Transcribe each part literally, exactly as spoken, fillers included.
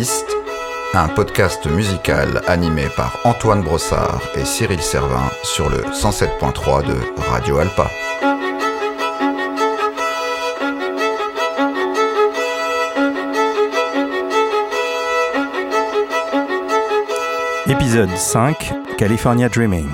Playlist, un podcast musical animé par Antoine Brossard et Cyril Servin sur le cent sept point trois de Radio Alpa. Épisode cinq, California Dreaming.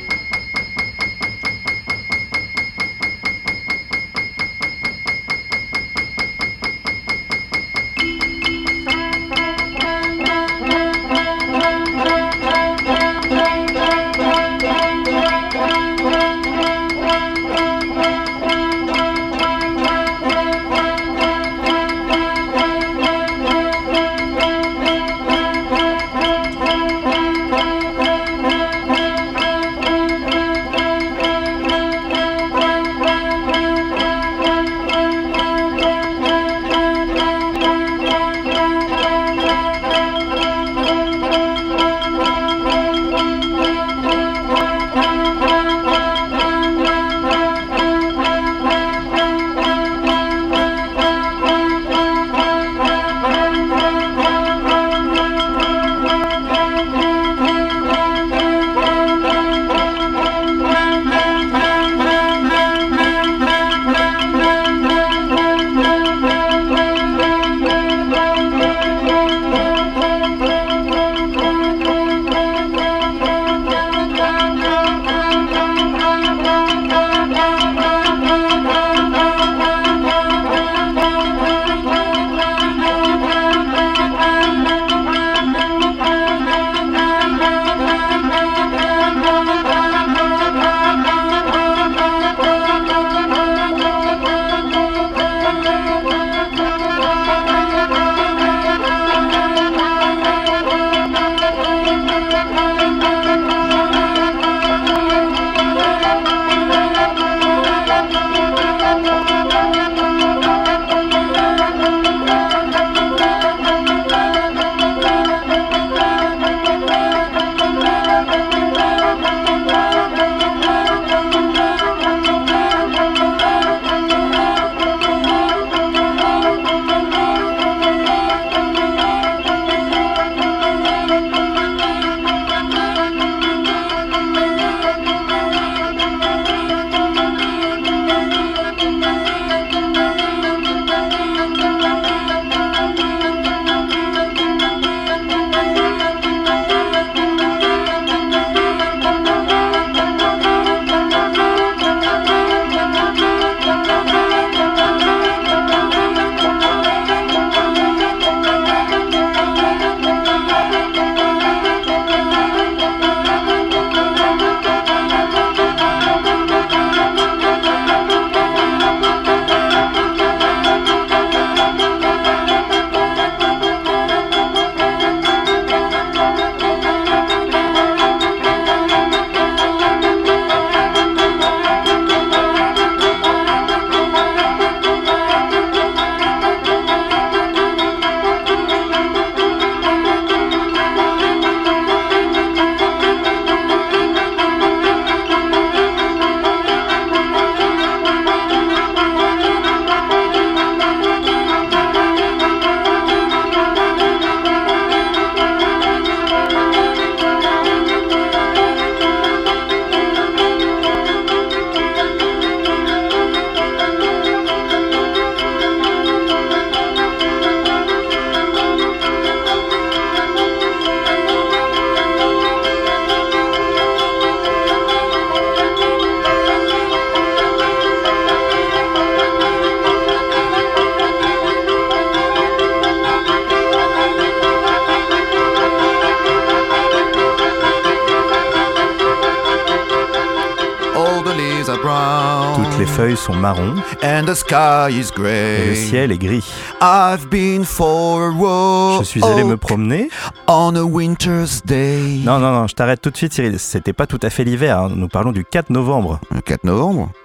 Toutes les feuilles sont marron. And the sky is gray. Et le ciel est gris. I've been for a walk. Je suis allé me promener. On a winter's day. Non, non, non, je t'arrête tout de suite, Cyril. C'était pas tout à fait l'hiver. Hein. Nous parlons du quatre novembre. Le quatre novembre ?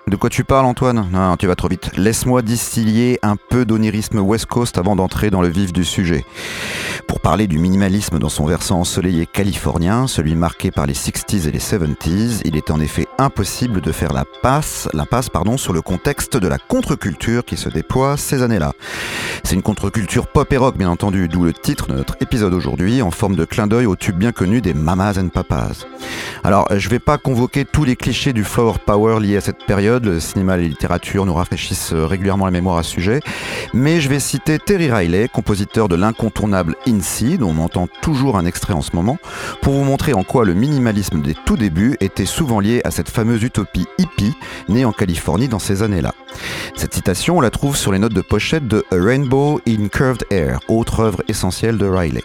De quoi tu parles, Antoine ? Non, tu vas trop vite. Laisse-moi distiller un peu d'onirisme West Coast avant d'entrer dans le vif du sujet. Pour parler du minimalisme dans son versant ensoleillé californien, celui marqué par les sixties et les seventies, il est en effet impossible de faire la passe, la passe pardon, sur le contexte de la contre-culture qui se déploie ces années-là. C'est une contre-culture pop et rock, bien entendu, d'où le titre de notre épisode aujourd'hui, en forme de clin d'œil au tube bien connu des Mamas and Papas. Alors, je vais pas convoquer tous les clichés du flower power liés à cette période, le cinéma et la littérature nous rafraîchissent régulièrement la mémoire à ce sujet, mais je vais citer Terry Riley, compositeur de l'incontournable In C, dont on entend toujours un extrait en ce moment, pour vous montrer en quoi le minimalisme des tout débuts était souvent lié à cette fameuse utopie hippie, née en Californie dans ces années-là. Cette citation, on la trouve sur les notes de pochette de A Rainbow in Curved Air, autre œuvre essentielle de Riley.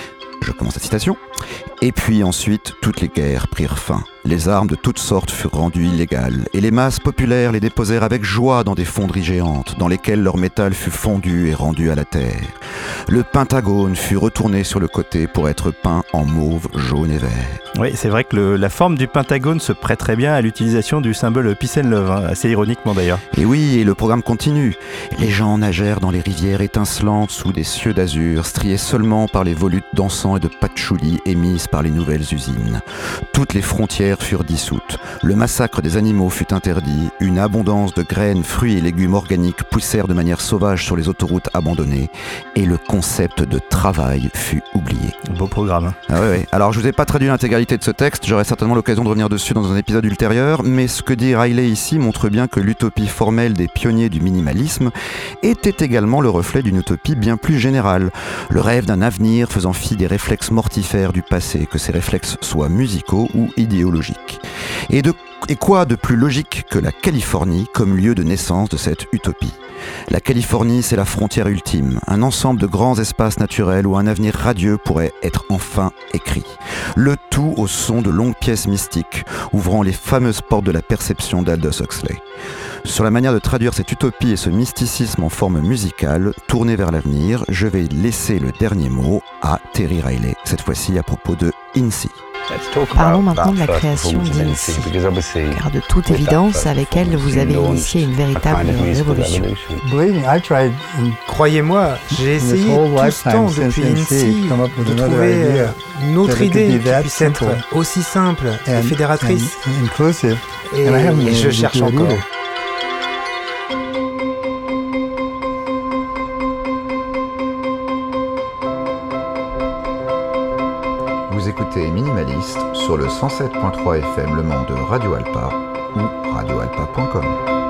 Je commence la citation. Et puis ensuite, toutes les guerres prirent fin. Les armes de toutes sortes furent rendues illégales, et les masses populaires les déposèrent avec joie dans des fonderies géantes, dans lesquelles leur métal fut fondu et rendu à la terre. Le Pentagone fut retourné sur le côté pour être peint en mauve, jaune et vert. Oui, c'est vrai que le, la forme du Pentagone se prête très bien à l'utilisation du symbole Peace and Love, hein, assez ironiquement d'ailleurs. Et oui, et le programme continue. Les gens nagèrent dans les rivières étincelantes sous des cieux d'azur, striés seulement par les volutes d'encens et de patchouli émises par les nouvelles usines. Toutes les frontières furent dissoutes. Le massacre des animaux fut interdit. Une abondance de graines, fruits et légumes organiques poussèrent de manière sauvage sur les autoroutes abandonnées. Et le concept de travail fut oublié. Beau programme. Hein. Ah ouais, ouais. Alors, je vous ai pas traduit l'intégralité de ce texte. J'aurai certainement l'occasion de revenir dessus dans un épisode ultérieur. Mais ce que dit Riley ici montre bien que l'utopie formelle des pionniers du minimalisme était également le reflet d'une utopie bien plus générale. Le rêve d'un avenir faisant fi des réflexes mortifères du passé, que ces réflexes soient musicaux ou idéologiques. Et, de, et quoi de plus logique que la Californie comme lieu de naissance de cette utopie ? La Californie, c'est la frontière ultime, un ensemble de grands espaces naturels où un avenir radieux pourrait être enfin écrit. Le tout au son de longues pièces mystiques, ouvrant les fameuses portes de la perception d'Aldous Huxley. Sur la manière de traduire cette utopie et ce mysticisme en forme musicale, tournée vers l'avenir, je vais laisser le dernier mot à Terry Riley, cette fois-ci à propos de In C. Parlons maintenant de la création d'In C, car de toute évidence, avec elle, vous avez initié une véritable révolution. Croyez-moi, j'ai essayé tout ce temps depuis In C de trouver une autre idée qui puisse être aussi simple et fédératrice. Et, et je cherche encore. Vous écoutez Minimaliste sur le cent sept virgule trois F M Le Mans de Radio Alpa ou radio alpa point com.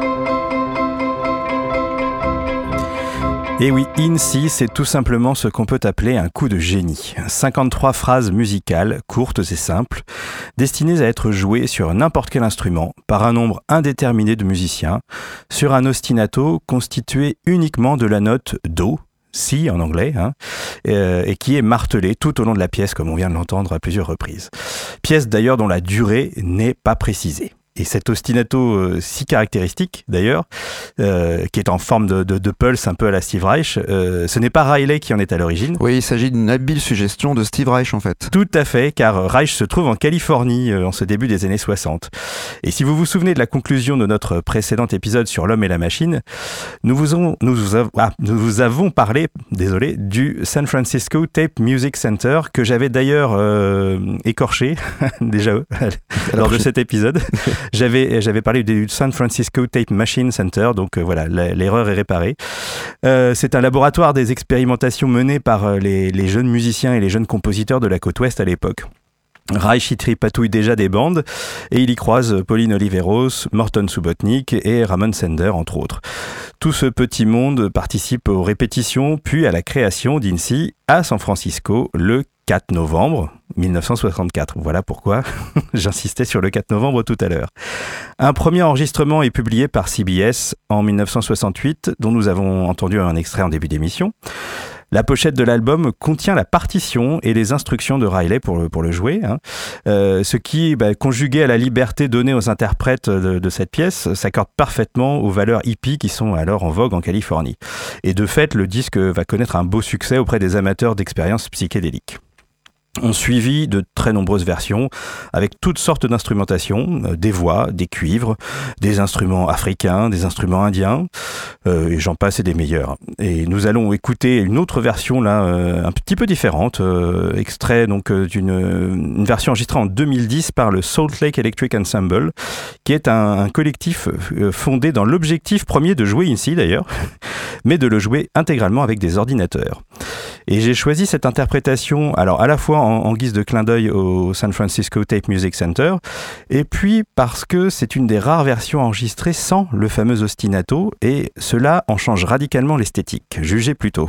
Et oui, In C, c'est tout simplement ce qu'on peut appeler un coup de génie. cinquante-trois phrases musicales, courtes et simples, destinées à être jouées sur n'importe quel instrument, par un nombre indéterminé de musiciens, sur un ostinato constitué uniquement de la note Do, Si en anglais, hein, euh, et qui est martelé tout au long de la pièce, comme on vient de l'entendre à plusieurs reprises. Pièce d'ailleurs dont la durée n'est pas précisée. Et cet ostinato euh, si caractéristique d'ailleurs, euh, qui est en forme de, de, de pulse un peu à la Steve Reich, euh, ce n'est pas Riley qui en est à l'origine. Oui, il s'agit d'une habile suggestion de Steve Reich en fait. Tout à fait, car Reich se trouve en Californie euh, en ce début des années soixante. Et si vous vous souvenez de la conclusion de notre précédent épisode sur l'homme et la machine, nous vous, ont, nous vous, av- ah, nous vous avons parlé, désolé, du San Francisco Tape Music Center, que j'avais d'ailleurs euh, écorché déjà lors de cet épisode. J'avais, j'avais parlé du San Francisco Tape Machine Center, donc euh, voilà, l'erreur est réparée. Euh, c'est un laboratoire des expérimentations menées par les, les jeunes musiciens et les jeunes compositeurs de la côte ouest à l'époque. Reich y tripatouille déjà des bandes et il y croise Pauline Oliveros, Morton Subotnick et Ramon Sender entre autres. Tout ce petit monde participe aux répétitions puis à la création d'In C à San Francisco le quatre novembre mille neuf cent soixante-quatre. Voilà pourquoi j'insistais sur le quatre novembre tout à l'heure. Un premier enregistrement est publié par C B S en mille neuf cent soixante-huit, dont nous avons entendu un extrait en début d'émission. La pochette de l'album contient la partition et les instructions de Riley pour le, pour le jouer, hein. euh, ce qui, bah, conjugué à la liberté donnée aux interprètes de, de cette pièce, s'accorde parfaitement aux valeurs hippies qui sont alors en vogue en Californie. Et de fait, le disque va connaître un beau succès auprès des amateurs d'expériences psychédéliques. ont suivi de très nombreuses versions avec toutes sortes d'instrumentations, euh, des voix, des cuivres, des instruments africains, des instruments indiens, euh, et j'en passe et des meilleurs. Et nous allons écouter une autre version là, euh, un petit peu différente, euh, extrait donc euh, d'une une version enregistrée en deux mille dix par le Salt Lake Electric Ensemble, qui est un, un collectif euh, fondé dans l'objectif premier de jouer ici d'ailleurs, mais de le jouer intégralement avec des ordinateurs. Et j'ai choisi cette interprétation, alors à la fois en, en guise de clin d'œil au San Francisco Tape Music Center, et puis parce que c'est une des rares versions enregistrées sans le fameux ostinato, et cela en change radicalement l'esthétique. Jugez plutôt.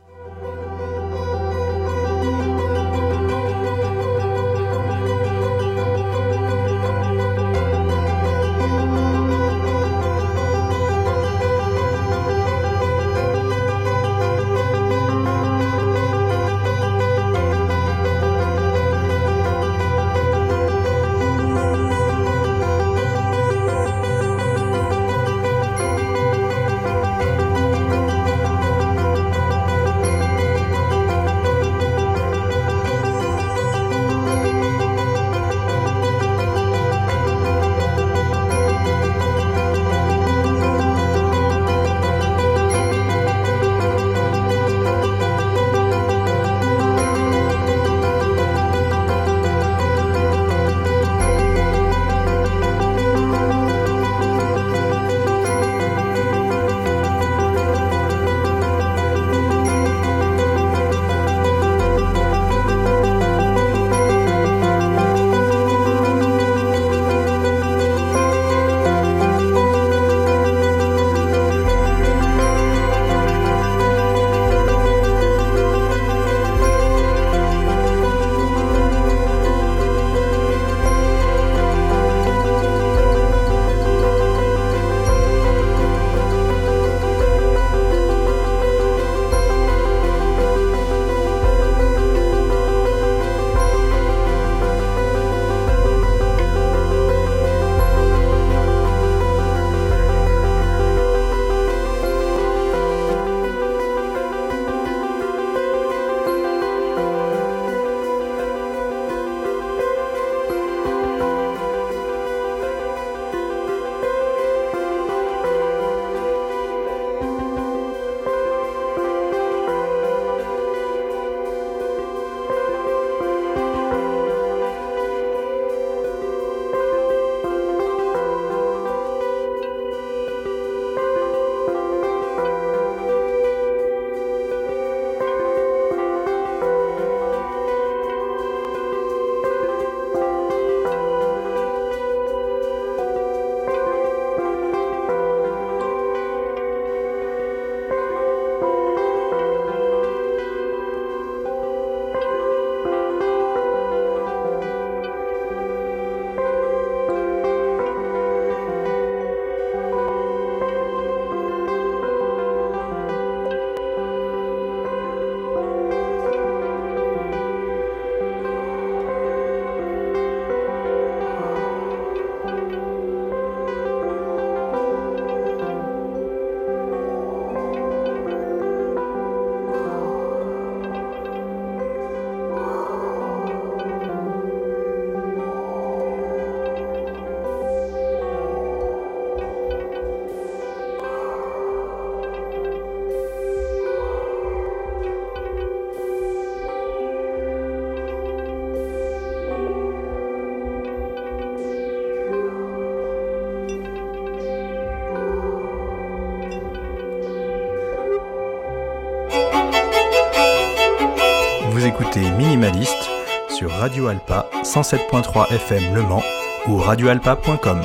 Écoutez Minimaliste sur Radio Alpa cent sept virgule trois F M Le Mans ou radio alpa point com.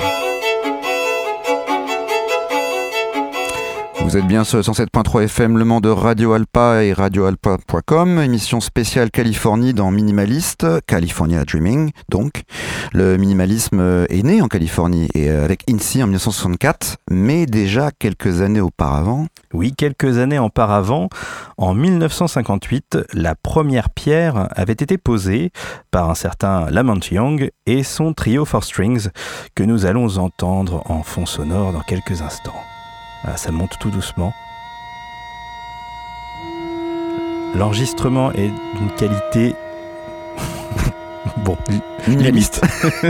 Vous êtes bien sur cent sept virgule trois F M Le Mans de Radio Alpa et radio alpa point com, émission spéciale Californie dans Minimaliste, California Dreaming donc. Le minimalisme est né en Californie et avec I N S I en dix-neuf cent soixante-quatre, mais déjà quelques années auparavant. Oui, quelques années auparavant, en dix-neuf cent cinquante-huit, la première pierre avait été posée par un certain Lamont Young et son trio for strings que nous allons entendre en fond sonore dans quelques instants. Voilà, ça monte tout doucement. L'enregistrement est d'une qualité bon, minimaliste.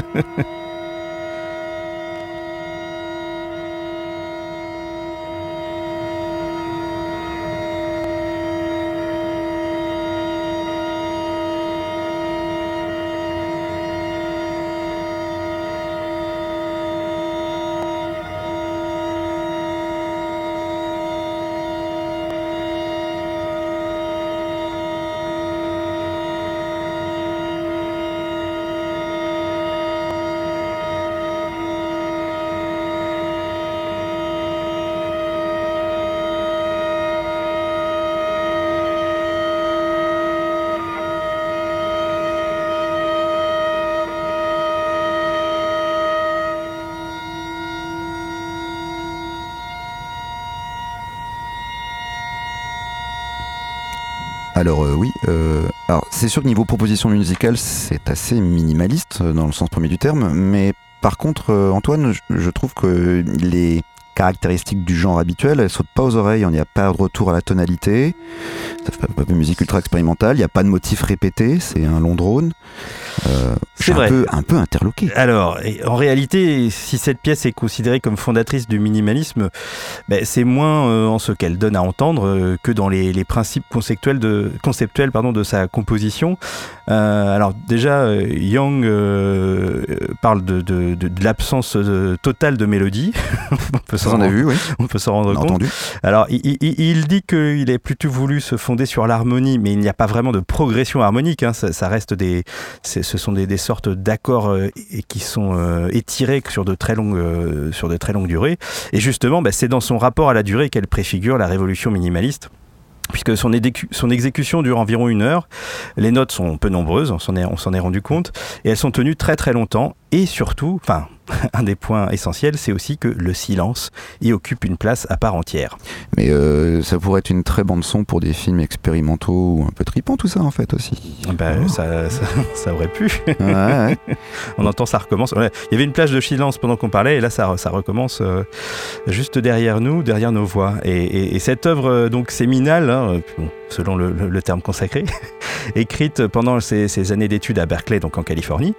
Alors euh, oui, euh, alors c'est sûr que niveau proposition musicale, c'est assez minimaliste dans le sens premier du terme, mais par contre, euh, Antoine, je, je trouve que les caractéristiques du genre habituel, elles sautent pas aux oreilles, il n'y a pas de retour à la tonalité, ça fait pas de musique ultra expérimentale, il n'y a pas de motif répété, c'est un long drone. Euh, c'est un vrai. Peu, un peu interloqué. Alors, en réalité, si cette pièce est considérée comme fondatrice du minimalisme, ben, c'est moins euh, en ce qu'elle donne à entendre euh, que dans les, les principes conceptuels de, conceptuels, pardon, de sa composition. Euh, alors déjà, euh, Young euh, parle de, de, de, de l'absence euh, totale de mélodie. on peut s'en rendre, vu, oui. on peut s'en rendre on compte. Entendu. Alors, il, il, il dit qu'il a plutôt voulu se fonder sur l'harmonie, mais il n'y a pas vraiment de progression harmonique. Hein. Ça, ça reste des, c'est, ce sont des, des sortes d'accords euh, et qui sont euh, étirés sur de très longues, euh, sur de très longues durées. Et justement, bah, c'est dans son rapport à la durée qu'elle préfigure la révolution minimaliste. Puisque son, édécu- son exécution dure environ une heure, les notes sont peu nombreuses, on s'en est, on s'en est rendu compte, et elles sont tenues très très longtemps, et surtout, enfin, un des points essentiels, c'est aussi que le silence y occupe une place à part entière. Mais euh, ça pourrait être une très bande son pour des films expérimentaux ou un peu tripants, tout ça en fait aussi. Ben, oh. ça, ça, ça aurait pu. Ouais, ouais. On entend, ça recommence. Il y avait une plage de silence pendant qu'on parlait, et là ça, ça recommence euh, juste derrière nous, derrière nos voix. Et, et, et cette œuvre euh, donc séminale, hein, bon, selon le, le, le terme consacré, écrite pendant ses, ses années d'études à Berkeley, donc en Californie.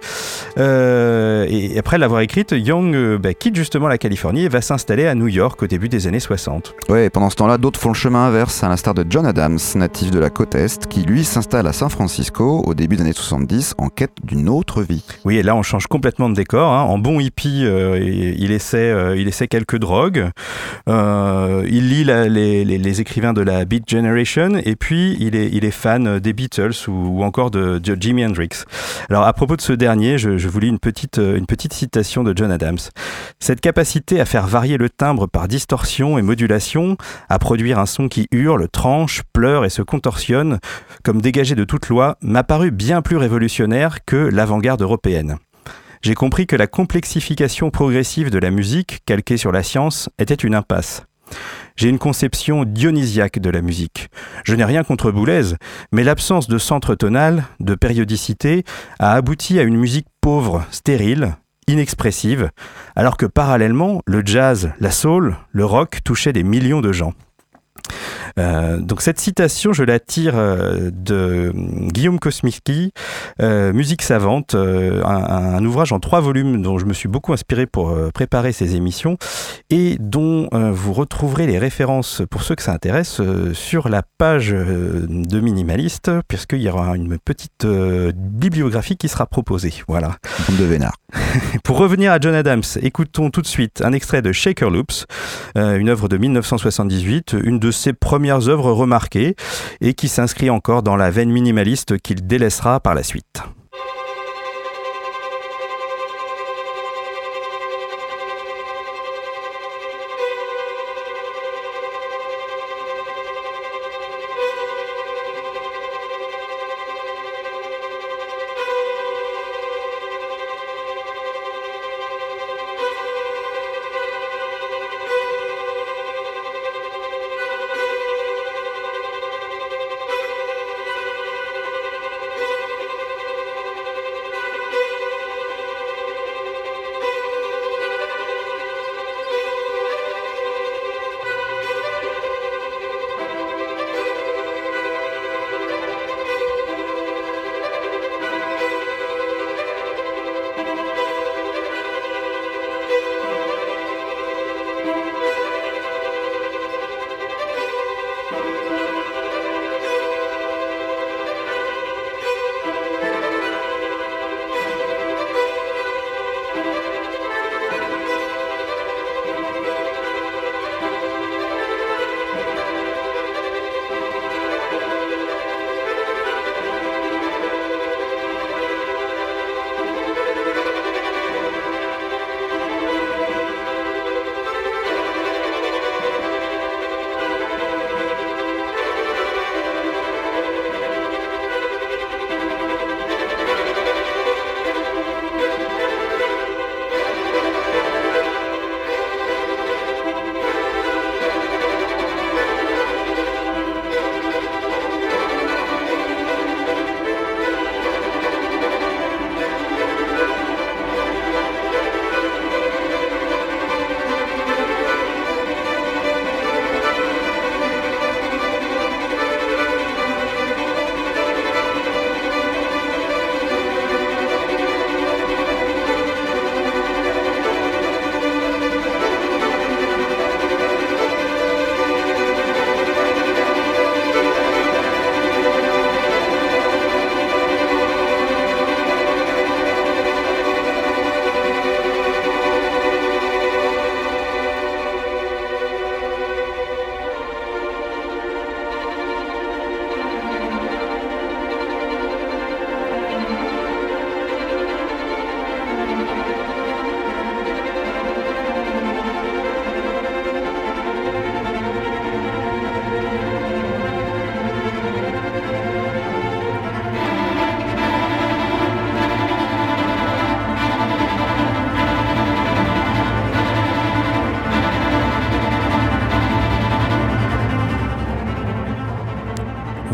Euh, et après l'avoir écrite, Young euh, bah, quitte justement la Californie et va s'installer à New York au début des années soixante. Ouais, et pendant ce temps-là, d'autres font le chemin inverse, à l'instar de John Adams, natif de la côte Est, qui lui s'installe à San Francisco au début des années soixante-dix en quête d'une autre vie. Oui, et là on change complètement de décor. Hein. En bon hippie, euh, il, essaie, euh, il essaie quelques drogues. Euh, il lit la, les, les, les écrivains de la Beat Generation et puis il est, il est fan des Beatles ou, ou encore de, de Jimi Hendrix. Alors à propos de ce dernier, je, je vous lis une petite, une petite citation de John Adams. Cette capacité à faire varier le timbre par distorsion et modulation, à produire un son qui hurle, tranche, pleure et se contorsionne, comme dégagé de toute loi, m'a paru bien plus révolutionnaire que l'avant-garde européenne. J'ai compris que la complexification progressive de la musique, calquée sur la science, était une impasse. J'ai une conception dionysiaque de la musique. Je n'ai rien contre Boulez, mais l'absence de centre tonal, de périodicité, a abouti à une musique pauvre, stérile, inexpressive, alors que parallèlement, le jazz, la soul, le rock touchaient des millions de gens. Euh, donc cette citation, je la tire euh, de Guillaume Kosminski, euh, Musique savante, euh, un, un ouvrage en trois volumes dont je me suis beaucoup inspiré pour euh, préparer ces émissions et dont euh, vous retrouverez les références pour ceux que ça intéresse euh, sur la page euh, de Minimaliste, puisqu'il y aura une petite euh, bibliographie qui sera proposée. Voilà. Bande de vénards. Pour revenir à John Adams, écoutons tout de suite un extrait de Shaker Loops, euh, une œuvre de dix-neuf cent soixante-dix-huit, une de ses premières œuvres remarquées et qui s'inscrit encore dans la veine minimaliste qu'il délaissera par la suite.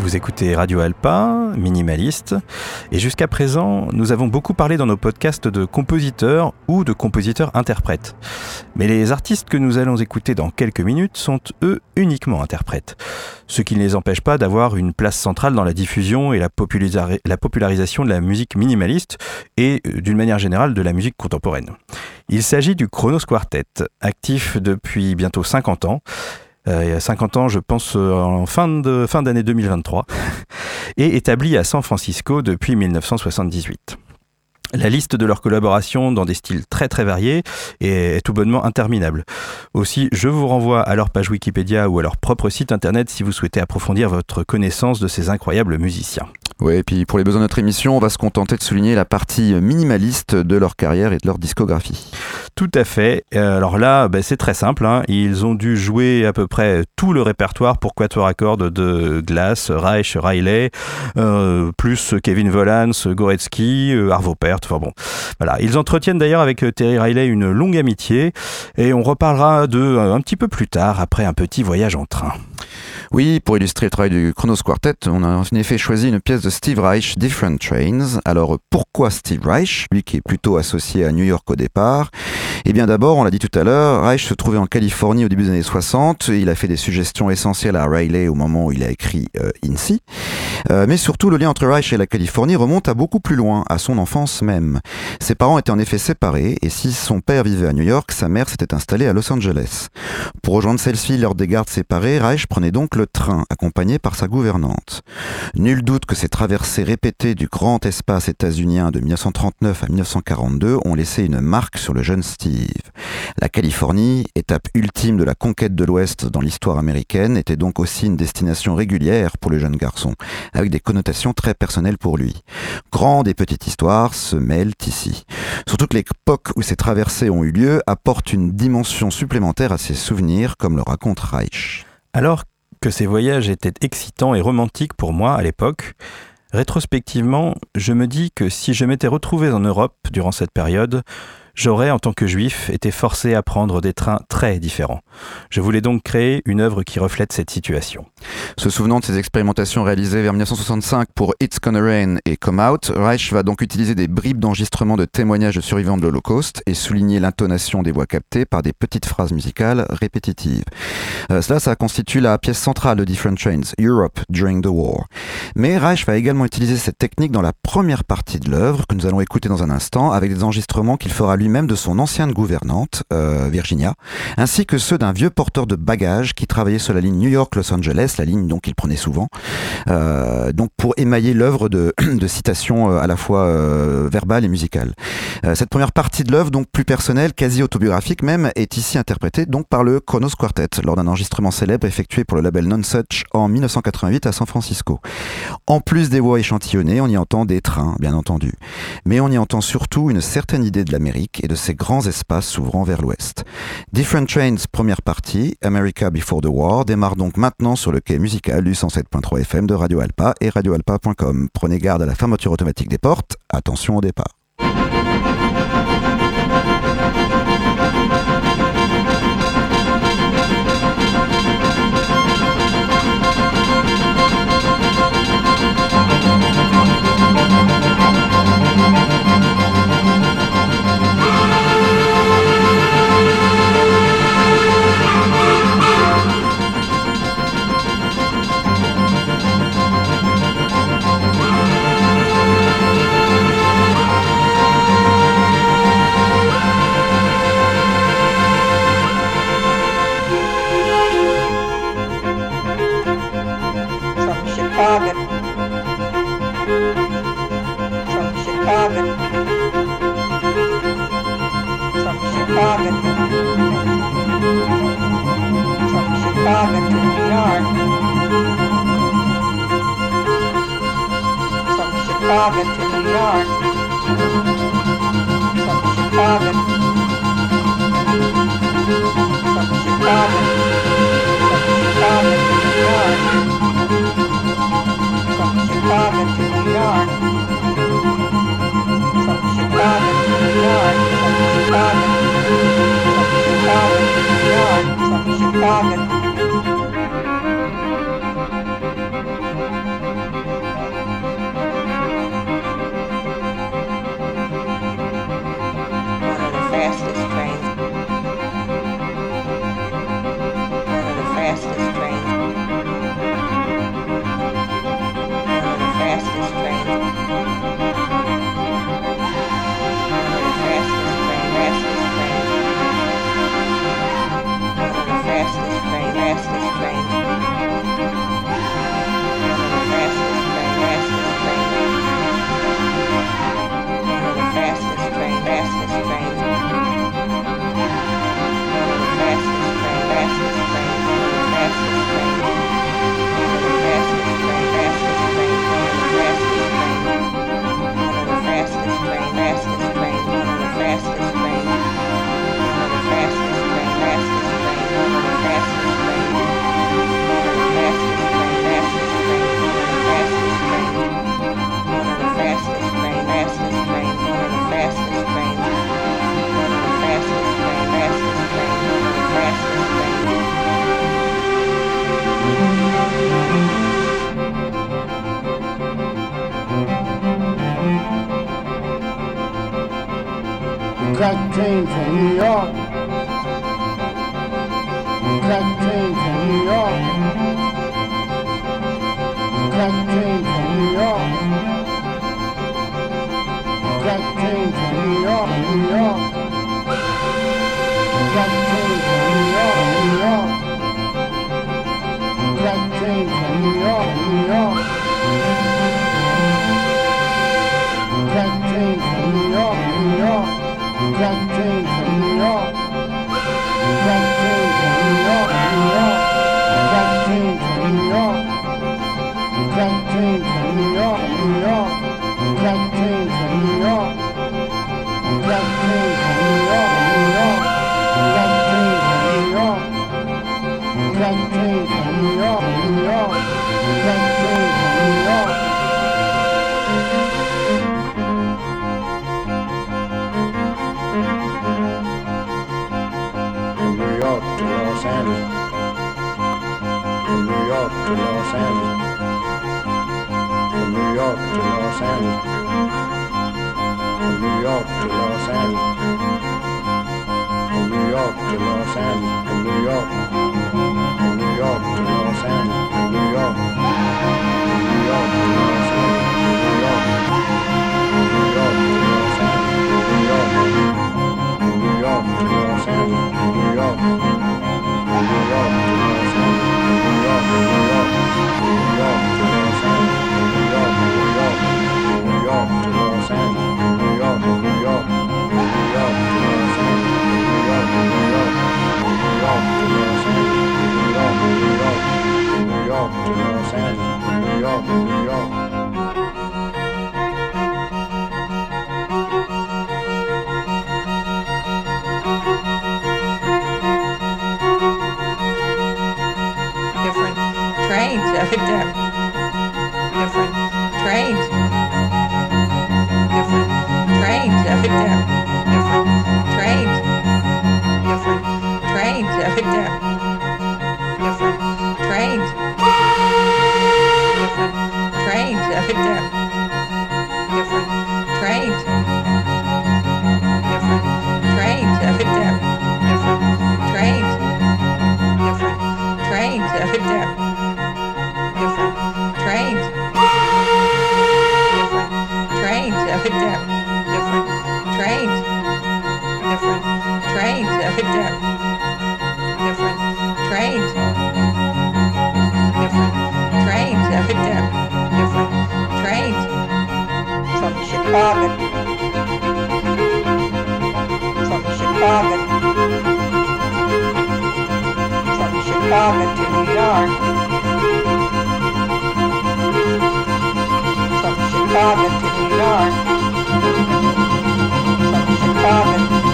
Vous écoutez Radio Alpa, Minimaliste, et jusqu'à présent, nous avons beaucoup parlé dans nos podcasts de compositeurs ou de compositeurs-interprètes. Mais les artistes que nous allons écouter dans quelques minutes sont, eux, uniquement interprètes. Ce qui ne les empêche pas d'avoir une place centrale dans la diffusion et la, popularis- la popularisation de la musique minimaliste et, d'une manière générale, de la musique contemporaine. Il s'agit du Kronos Quartet, actif depuis bientôt cinquante ans. Euh, il y a cinquante ans, je pense euh, en fin, de, fin d'année deux mille vingt-trois, et établi à San Francisco depuis dix-neuf cent soixante-dix-huit. La liste de leurs collaborations dans des styles très très variés est tout bonnement interminable. Aussi, je vous renvoie à leur page Wikipédia ou à leur propre site internet si vous souhaitez approfondir votre connaissance de ces incroyables musiciens. Oui, et puis pour les besoins de notre émission, on va se contenter de souligner la partie minimaliste de leur carrière et de leur discographie. Tout à fait. Alors là, ben c'est très simple, hein. Ils ont dû jouer à peu près tout le répertoire pour quatuor à cordes de Glass, Reich, Riley, euh, plus Kevin Volans, Gorecki, euh, Arvo Pärt, enfin bon. Voilà. Ils entretiennent d'ailleurs avec Terry Riley une longue amitié et on reparlera d'eux un petit peu plus tard après un petit voyage en train. Oui, pour illustrer le travail du Kronos Quartet, on a en effet choisi une pièce de Steve Reich, Different Trains. Alors pourquoi Steve Reich, lui qui est plutôt associé à New York au départ? Eh bien d'abord, on l'a dit tout à l'heure, Reich se trouvait en Californie au début des années soixante. Il a fait des suggestions essentielles à Riley au moment où il a écrit euh, I N S I. Euh, mais surtout, le lien entre Reich et la Californie remonte à beaucoup plus loin, à son enfance même. Ses parents étaient en effet séparés et si son père vivait à New York, sa mère s'était installée à Los Angeles. Pour rejoindre celle-ci lors des gardes séparées, Reich prenait donc le train, accompagné par sa gouvernante. Nul doute que ces traversées répétées du grand espace états-unien de dix-neuf cent trente-neuf à dix-neuf cent quarante-deux ont laissé une marque sur le jeune Steve. La Californie, étape ultime de la conquête de l'Ouest dans l'histoire américaine, était donc aussi une destination régulière pour le jeune garçon, avec des connotations très personnelles pour lui. Grande et petite histoire se mêlent ici. Surtout que l'époque où ces traversées ont eu lieu apporte une dimension supplémentaire à ses souvenirs, comme le raconte Reich. Alors que ces voyages étaient excitants et romantiques pour moi à l'époque, rétrospectivement, je me dis que si je m'étais retrouvé en Europe durant cette période, j'aurais, en tant que juif, été forcé à prendre des trains très différents. Je voulais donc créer une œuvre qui reflète cette situation. Se souvenant de ses expérimentations réalisées vers dix-neuf cent soixante-cinq pour It's Gonna Rain et Come Out, Reich va donc utiliser des bribes d'enregistrement de témoignages de survivants de l'Holocauste et souligner l'intonation des voix captées par des petites phrases musicales répétitives. Euh, cela, ça constitue la pièce centrale de Different Trains, Europe During the War. Mais Reich va également utiliser cette technique dans la première partie de l'œuvre, que nous allons écouter dans un instant, avec des enregistrements qu'il fera lui-même de son ancienne gouvernante, euh, Virginia, ainsi que ceux d'un vieux porteur de bagages qui travaillait sur la ligne New York-Los Angeles, la ligne donc qu'il prenait souvent, euh, donc pour émailler l'œuvre de, de citations euh, à la fois euh, verbales et musicales. Euh, cette première partie de l'œuvre, donc plus personnelle, quasi autobiographique même, est ici interprétée donc par le Kronos Quartet lors d'un enregistrement célèbre effectué pour le label Nonesuch en dix-neuf cent quatre-vingt-huit à San Francisco. En plus des voix échantillonnées, on y entend des trains, bien entendu, mais on y entend surtout une certaine idée de l'Amérique et de ses grands espaces s'ouvrant vers l'ouest. Different Trains, première partie, America Before the War, démarre donc maintenant sur le quai musical du cent sept point trois F M de Radio Alpa et radio alpa point com. Prenez garde à la fermeture automatique des portes, attention au départ. Crack train from New York. Crack train from New York. Crack train from New York. Crack train from New York, New York. Crack train from New York, New York. Crack train from New York, New York. Crack train from New York, New York. Crack train from New York. Crack train from New York, New York. Crack train from New York. Crack train from New York, New York. Crack train from New York. Crack train from New York, New York. Crack train from New York. Crack train from New York, New York. Crack train from New York. From New York to Los Angeles. From New York to Los Angeles. From New York to Los Angeles. From New York to Los Angeles. From New York to Los Angeles. From New York. From New York to Los Angeles. From New York. From New York to Los Angeles. From New York. From New York to Los Angeles. From New York. From New York to Los Angeles. From New York. From New York to Los Angeles. From New York. New York. From New York to Los Angeles. From New York. New York. From New York to Los Angeles. From New York. New York. From New York to Los Angeles. From New York. New York. From New York to Los Angeles. From New York. New York. From New York to Los Angeles. From New York. New York. Trains every day. Different trains. Different trains every day. Different trains. Different trains every day. Different trains. Different trains every day. Different trains. Different trains every day. Different trains. Different trains every day. Different trains. Different trains every day. Different trains. Different trains every day. Different trains. Different trains every day. Different trains. From Chicago. From Chicago. From Chicago to New York. From Chicago to New York. From Chicago.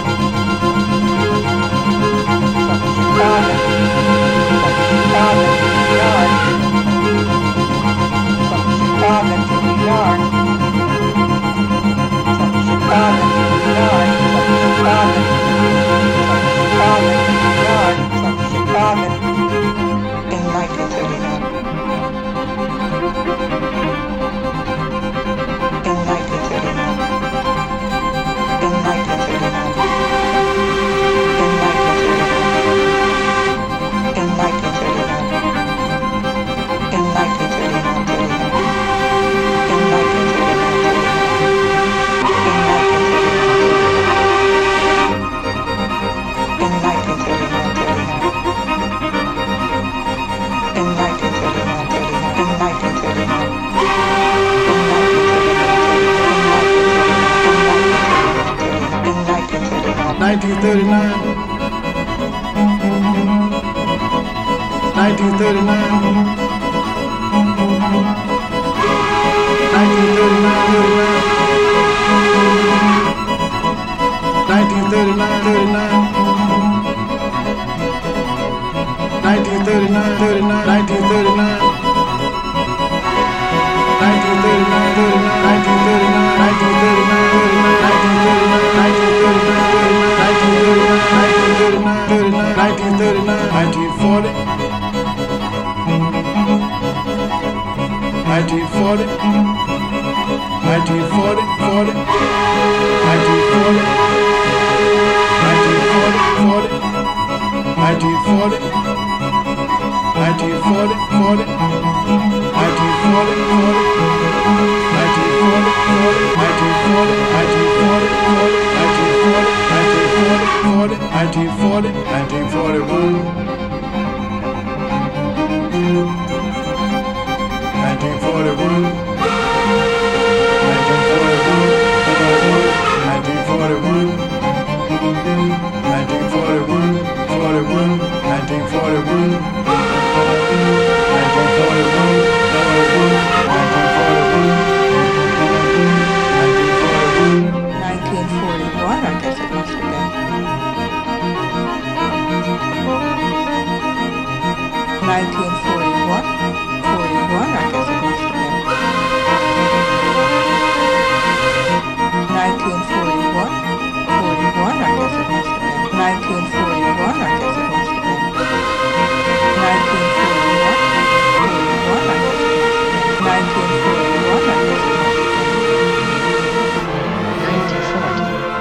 From Chicago. From Chicago to New York. From Chicago to New York. From Chicago to New York. From Chicago. From Chicago to New York. From Chicago. In nineteen thirty-nine. In nineteen thirty-nine. In nineteen thirty-nine. In nineteen thirty-nine. In nineteen thirty-nine. In nineteen thirty-nine. In nineteen thirty-nine. In nineteen thirty-nine. In nineteen thirty-nine. In nineteen thirty-nine. nineteen thirty-nine. nineteen thirty-nine. nineteen thirty-nine, thirty-nine. nineteen thirty-nine, thirty-nine. nineteen thirty-nine, thirty-nine. nineteen thirty-nine. nineteen thirty-nine, thirty-nine. nineteen thirty-nine, nineteen thirty-nine, thirty-nine. nineteen thirty-nine, nineteen thirty-nine, thirty-nine. nineteen thirty-nine, nineteen forty. nineteen forty. nineteen forty, forty. nineteen forty. forty, nineteen forty, nineteen forty, forty, nineteen forty, forty, nineteen forty, forty, nineteen forty, nineteen forty, forty, nineteen forty, nineteen forty, forty, nineteen forty, nineteen forty-one, nineteen forty-one, nineteen forty-one, nineteen forty-one, nineteen forty-one, forty-one, nineteen forty-one, nineteen forty-one, forty-one, nineteen forty-one, nineteen forty-one, I guess it must have been. nineteen forty-one, forty-one, I guess it must have been. nineteen forty-one, forty-one, I guess it must have been. nineteen forty-one, I guess it must have been. nineteen forty-one, forty-one, I guess it must have been. nineteen forty-one, I guess it must have been. nineteen forty.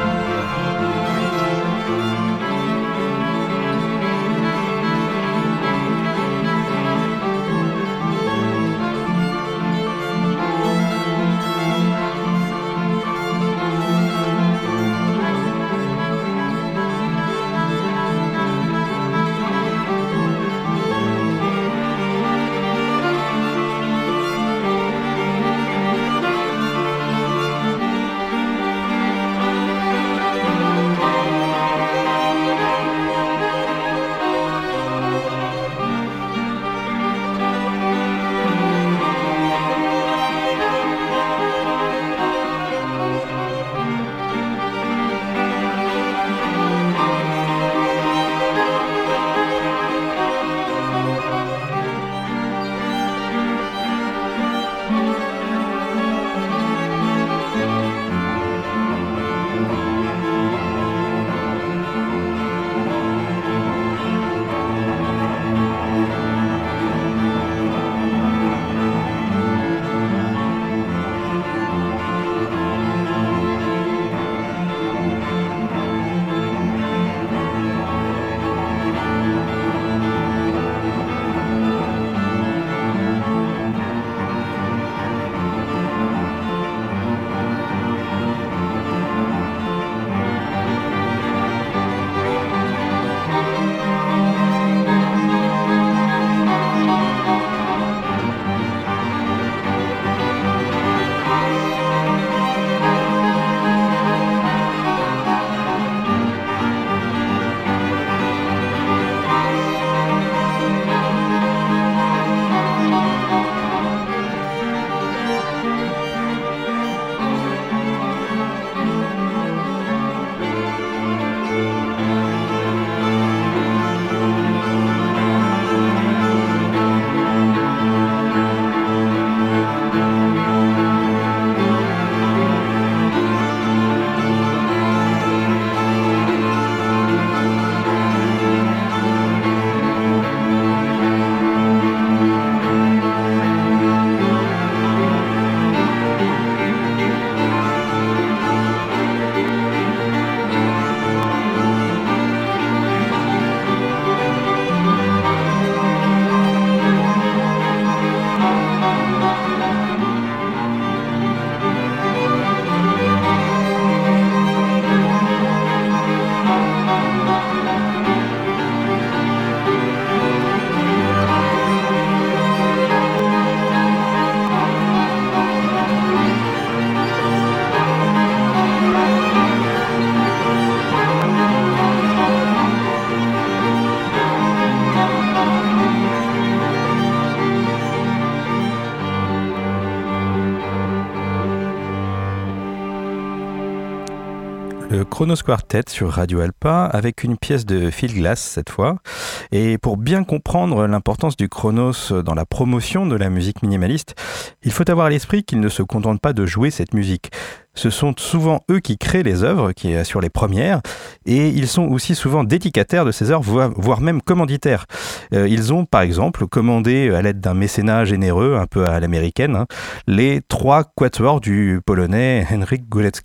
le Kronos Quartet sur Radio Alpa avec une pièce de Phil Glass cette fois. Et pour bien comprendre l'importance du Kronos dans la promotion de la musique minimaliste, il faut avoir à l'esprit qu'ils ne se contentent pas de jouer cette musique. Ce sont souvent eux qui créent les œuvres, qui assurent les premières, et ils sont aussi souvent dédicataires de ces œuvres, voire même commanditaires. Euh, ils ont, par exemple, commandé, à l'aide d'un mécénat généreux, un peu à l'américaine, hein, les trois quatuors du polonais Henryk Górecki.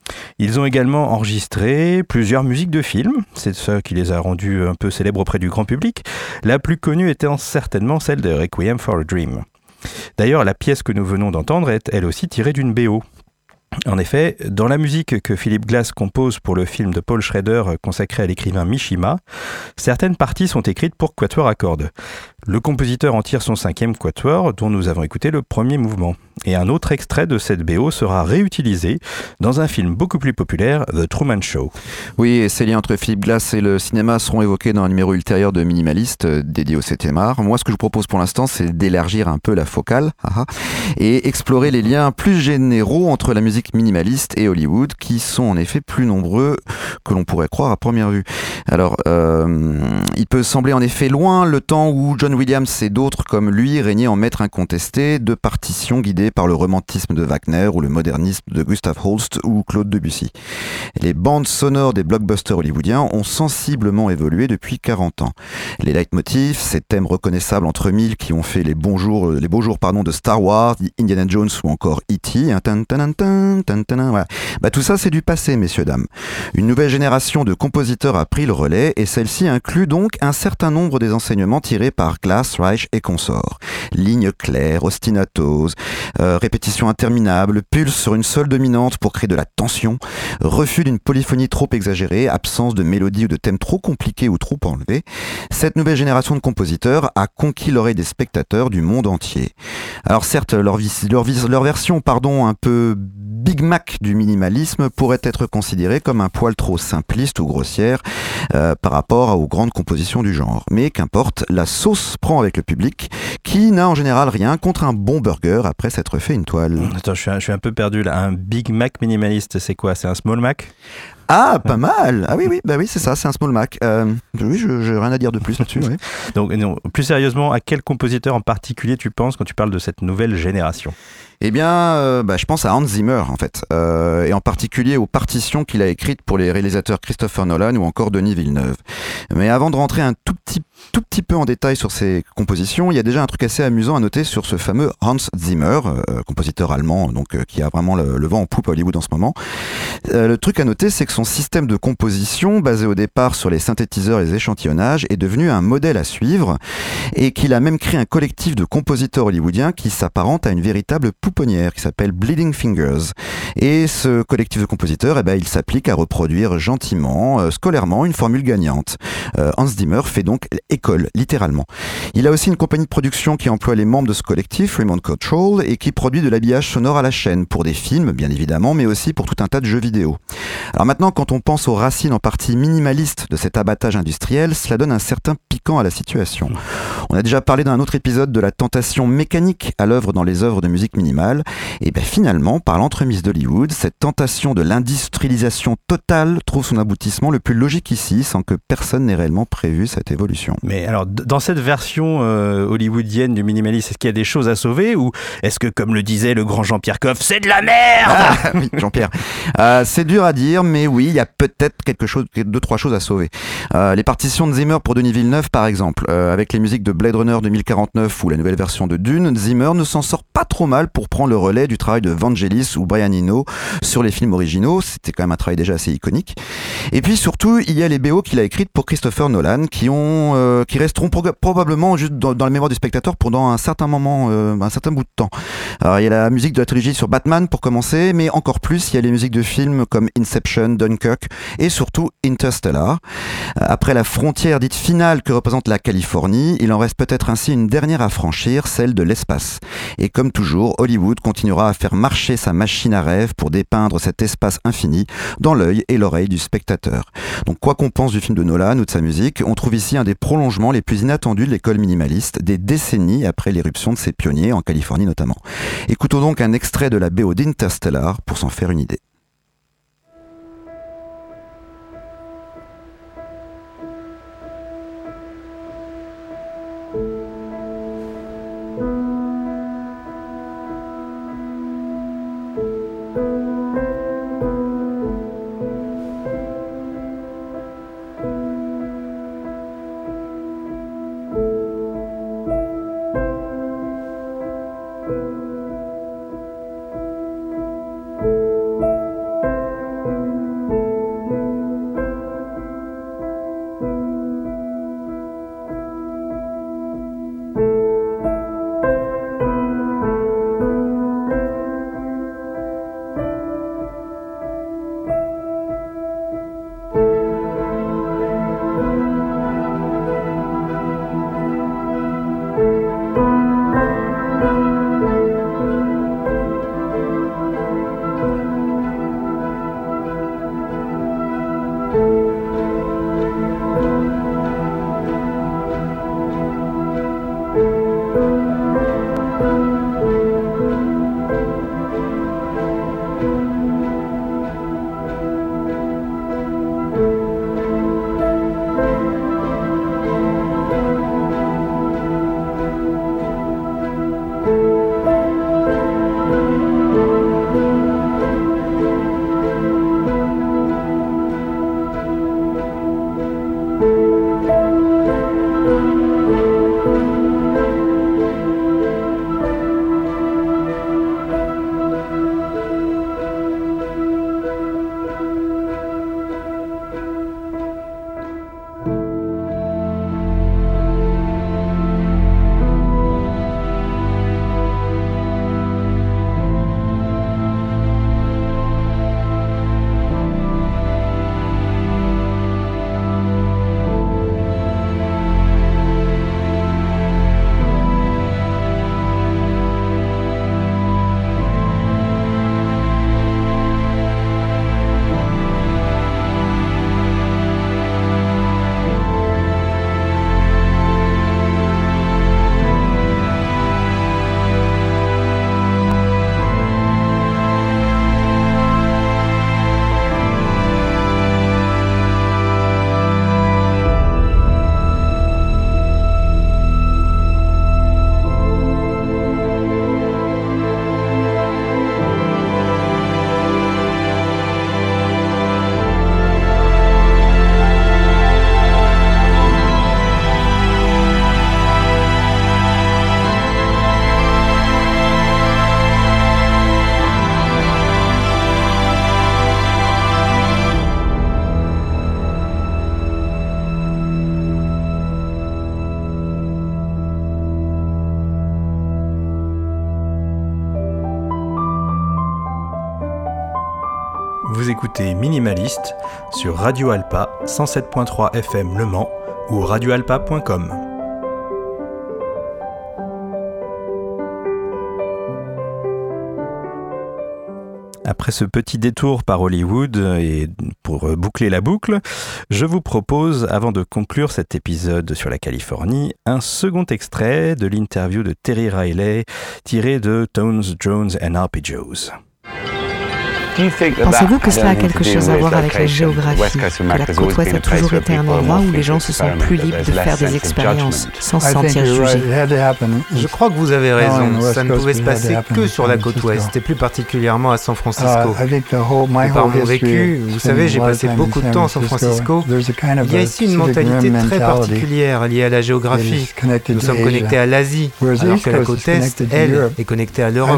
Ils ont également enregistré plusieurs musiques de films, c'est ça qui les a rendus un peu célèbres auprès du grand public, la plus connue étant certainement celle de Requiem for a Dream. D'ailleurs, la pièce que nous venons d'entendre est elle aussi tirée d'une B O. En effet, dans la musique que Philip Glass compose pour le film de Paul Schrader consacré à l'écrivain Mishima, certaines parties sont écrites pour quatuor à cordes. Le compositeur en tire son cinquième quatuor, dont nous avons écouté le premier mouvement. Et un autre extrait de cette B O sera réutilisé dans un film beaucoup plus populaire, The Truman Show. Oui, et ces liens entre Philip Glass et le cinéma seront évoqués dans un numéro ultérieur de Minimaliste, euh, dédié au septième art. Moi, ce que je vous propose pour l'instant, c'est d'élargir un peu la focale aha, et explorer les liens plus généraux entre la musique minimaliste et Hollywood, qui sont en effet plus nombreux que l'on pourrait croire à première vue. Alors, euh, il peut sembler en effet loin le temps où John Williams et d'autres comme lui régnaient en maître incontesté de partitions guidées par le romantisme de Wagner ou le modernisme de Gustav Holst ou Claude Debussy. Les bandes sonores des blockbusters hollywoodiens ont sensiblement évolué depuis quarante ans. Les leitmotifs, ces thèmes reconnaissables entre mille qui ont fait les bons jours, les beaux jours pardon, de Star Wars, Indiana Jones ou encore E T, hein, tan, tan, tan, tan, tan, voilà. Bah, tout ça c'est du passé, messieurs dames. Une nouvelle génération de compositeurs a pris le relais et celle-ci inclut donc un certain nombre des enseignements tirés par Glass, Reich et consorts. Lignes claires, ostinatos, euh, répétitions interminables, pulse sur une seule dominante pour créer de la tension, refus d'une polyphonie trop exagérée, absence de mélodie ou de thèmes trop compliqués ou trop enlevés. Cette nouvelle génération de compositeurs a conquis l'oreille des spectateurs du monde entier. Alors certes, leur, leur, leur version pardon, un peu Big Mac du minimalisme pourrait être considérée comme un poil trop simpliste ou grossière euh, par rapport aux grandes compositions du genre. Mais qu'importe, la sauce prend avec le public qui n'a en général rien contre un bon burger après s'être fait une toile. Attends, je suis un, je suis un peu perdu là. Un Big Mac minimaliste, c'est quoi? C'est un Small Mac? Ah, pas mal. Ah oui, oui, bah oui, c'est ça, c'est un Small Mac. Euh, oui, je j'ai rien à dire de plus là-dessus. Oui. Donc, non, plus sérieusement, à quel compositeur en particulier tu penses quand tu parles de cette nouvelle génération? Eh bien, euh, bah, je pense à Hans Zimmer, en fait, euh, et en particulier aux partitions qu'il a écrites pour les réalisateurs Christopher Nolan ou encore Denis Villeneuve. Mais avant de rentrer un tout petit, tout petit peu en détail sur ces compositions, il y a déjà un truc assez amusant à noter sur ce fameux Hans Zimmer, euh, compositeur allemand, donc euh, qui a vraiment le, le vent en poupe à Hollywood en ce moment. Euh, le truc à noter, c'est que son système de composition, basé au départ sur les synthétiseurs et les échantillonnages, est devenu un modèle à suivre, et qu'il a même créé un collectif de compositeurs hollywoodiens qui s'apparente à une véritable pouponnière qui s'appelle Bleeding Fingers. Et ce collectif de compositeurs, eh ben, il s'applique à reproduire gentiment, euh, scolairement, une formule gagnante. Euh, Hans Zimmer fait donc école, littéralement. Il a aussi une compagnie de production qui emploie les membres de ce collectif, Remote Control, et qui produit de l'habillage sonore à la chaîne, pour des films, bien évidemment, mais aussi pour tout un tas de jeux vidéo. Alors maintenant, quand on pense aux racines en partie minimalistes de cet abattage industriel, cela donne un certain piquant à la situation. On a déjà parlé dans un autre épisode de la tentation mécanique à l'œuvre dans les œuvres de musique minimale, et bien finalement, par l'entremise d'Hollywood, cette tentation de l'industrialisation totale trouve son aboutissement le plus logique ici, sans que personne n'ait réellement prévu cette évolution. Mais alors, dans cette version euh, hollywoodienne du minimalisme, est-ce qu'il y a des choses à sauver, ou est-ce que, comme le disait le grand Jean-Pierre Coff, c'est de la merde? Ah, oui, Jean-Pierre. Euh, c'est dur à dire, mais oui, il y a peut-être quelque chose, deux, trois choses à sauver. Euh, les partitions de Zimmer pour Denis Villeneuve, par exemple, euh, avec les musiques de Blade Runner deux mille quarante-neuf ou la nouvelle version de Dune, Zimmer ne s'en sort pas trop mal pour prendre le relais du travail de Vangelis ou Brian Eno sur les films originaux. C'était quand même un travail déjà assez iconique. Et puis surtout, il y a les B O qu'il a écrites pour Christopher Nolan, qui ont, euh, qui resteront pro- probablement juste dans, dans la mémoire du spectateur pendant un certain moment, euh, un certain bout de temps. Alors, il y a la musique de la trilogie sur Batman pour commencer, mais encore plus, il y a les musiques de films comme Inception, Dunkirk et surtout Interstellar. Après la frontière dite finale que représente la Californie, il en reste peut-être ainsi une dernière à franchir, celle de l'espace. Et comme toujours, Hollywood continuera à faire marcher sa machine à rêve pour dépeindre cet espace infini dans l'œil et l'oreille du spectateur. Donc quoi qu'on pense du film de Nolan ou de sa musique, on trouve ici un des prolongements les plus inattendus de l'école minimaliste, des décennies après l'éruption de ses pionniers, en Californie notamment. Écoutons donc un extrait de la B O d'Interstellar pour s'en faire une idée. Vous écoutez Minimaliste sur Radio Alpa cent sept point trois F M Le Mans ou radio alpa point com. Après ce petit détour par Hollywood et pour boucler la boucle, je vous propose, avant de conclure cet épisode sur la Californie, un second extrait de l'interview de Terry Riley tiré de Tones, Jones and Arpeggios. Pensez-vous que cela a quelque chose à voir avec la géographie, que la côte ouest a toujours été un endroit où les gens se sentent plus libres de faire des expériences sans se sentir jugés? Je crois que vous avez raison, ça ne pouvait se passer que sur la côte ouest, et plus particulièrement à San Francisco. Et par mon vécu, vous savez, j'ai passé beaucoup de temps à San Francisco, il y a ici une mentalité très particulière liée à la géographie. Nous sommes connectés à l'Asie, alors que la côte est, elle, est connectée à l'Europe.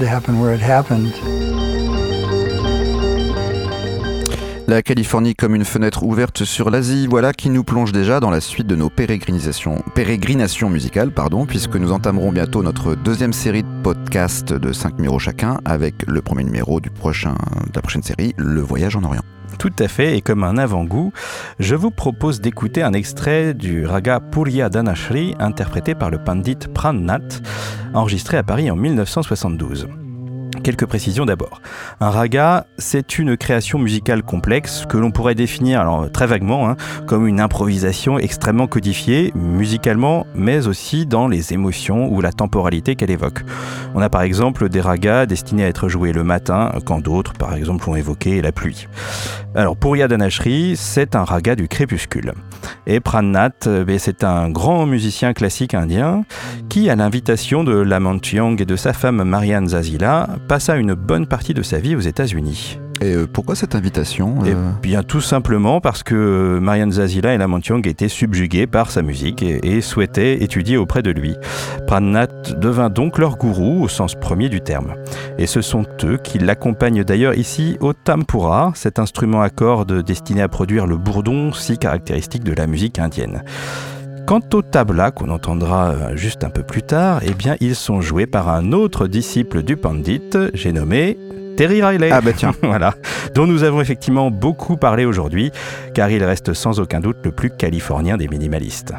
La Californie comme une fenêtre ouverte sur l'Asie, voilà qui nous plonge déjà dans la suite de nos pérégrinations, pérégrinations musicales, pardon, puisque nous entamerons bientôt notre deuxième série de podcasts de cinq numéros chacun, avec le premier numéro du prochain, de la prochaine série, Le Voyage en Orient. Tout à fait, et comme un avant-goût, je vous propose d'écouter un extrait du raga Puriya Danashri, interprété par le pandit Pran Nath, enregistré à Paris en dix-neuf cent soixante-douze. Quelques précisions d'abord. Un raga, c'est une création musicale complexe que l'on pourrait définir, alors très vaguement, hein, comme une improvisation extrêmement codifiée, musicalement, mais aussi dans les émotions ou la temporalité qu'elle évoque. On a par exemple des ragas destinés à être joués le matin, quand d'autres, par exemple, ont évoqué la pluie. Alors, Puriya Danashri, c'est un raga du crépuscule. Et Pran Nath, c'est un grand musicien classique indien qui, à l'invitation de Lamantyong et de sa femme Marianne Zazzila, passa une bonne partie de sa vie aux États-Unis. Et euh, pourquoi cette invitation euh... Eh bien, tout simplement parce que Marianne Zazzila et Lamantyong étaient subjugués par sa musique et, et souhaitaient étudier auprès de lui. Pran Nath devint donc leur gourou au sens premier du terme. Et ce sont eux qui l'accompagnent d'ailleurs ici au tampura, cet instrument à cordes destiné à produire le bourdon si caractéristique de la musique indienne. Quant aux tablas, qu'on entendra juste un peu plus tard, eh bien, ils sont joués par un autre disciple du pandit, j'ai nommé Terry Riley. Ah bah tiens. Voilà, dont nous avons effectivement beaucoup parlé aujourd'hui, car il reste sans aucun doute le plus californien des minimalistes.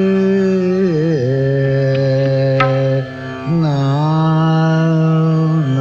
na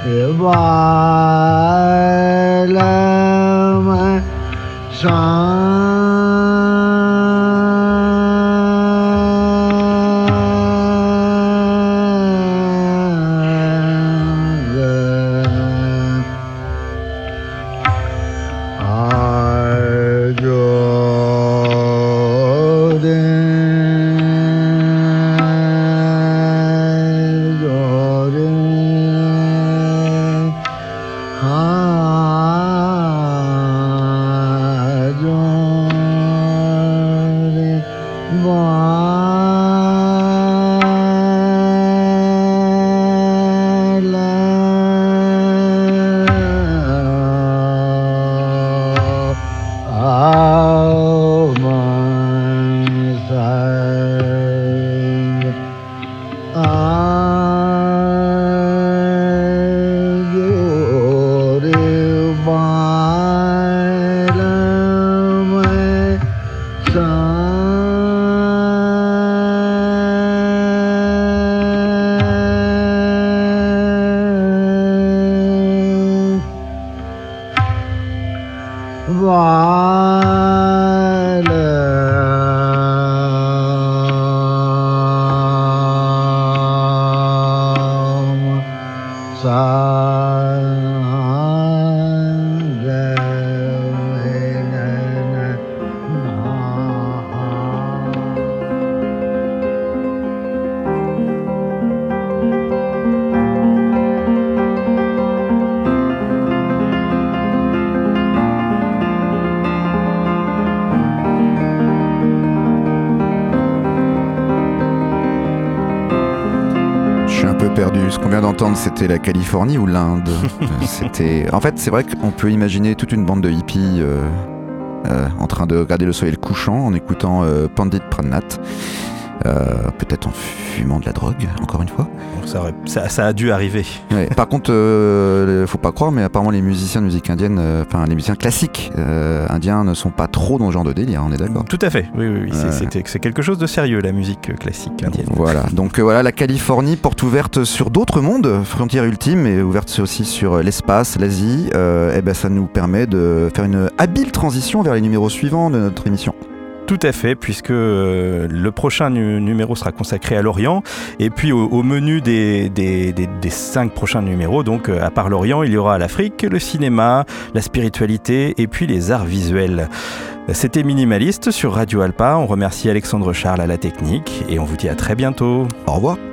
Perdu. Ce qu'on vient d'entendre, c'était la Californie ou l'Inde. C'était... En fait, c'est vrai qu'on peut imaginer toute une bande de hippies euh, euh, en train de regarder le soleil couchant en écoutant euh, Pandit Pranat. Euh, peut-être en fumant de la drogue, encore une fois. Ça, aurait, ça, ça a dû arriver. Ouais. Par contre, euh, faut pas croire, mais apparemment les musiciens de musique indienne, euh, enfin les musiciens classiques euh, indiens ne sont pas trop dans ce genre de délire, on est d'accord ? Tout à fait, oui, oui, oui. Euh... C'est, c'est quelque chose de sérieux, la musique classique indienne. Voilà, donc euh, voilà, la Californie, porte ouverte sur d'autres mondes, frontière ultime, et ouverte aussi sur l'espace, l'Asie, euh, et ben ça nous permet de faire une habile transition vers les numéros suivants de notre émission. Tout à fait, puisque euh, le prochain nu- numéro sera consacré à l'Orient, et puis au, au menu des, des, des, des cinq prochains numéros, donc euh, à part l'Orient, il y aura l'Afrique, le cinéma, la spiritualité et puis les arts visuels. C'était Minimaliste sur Radio Alpa, on remercie Alexandre Charles à la technique et on vous dit à très bientôt. Au revoir.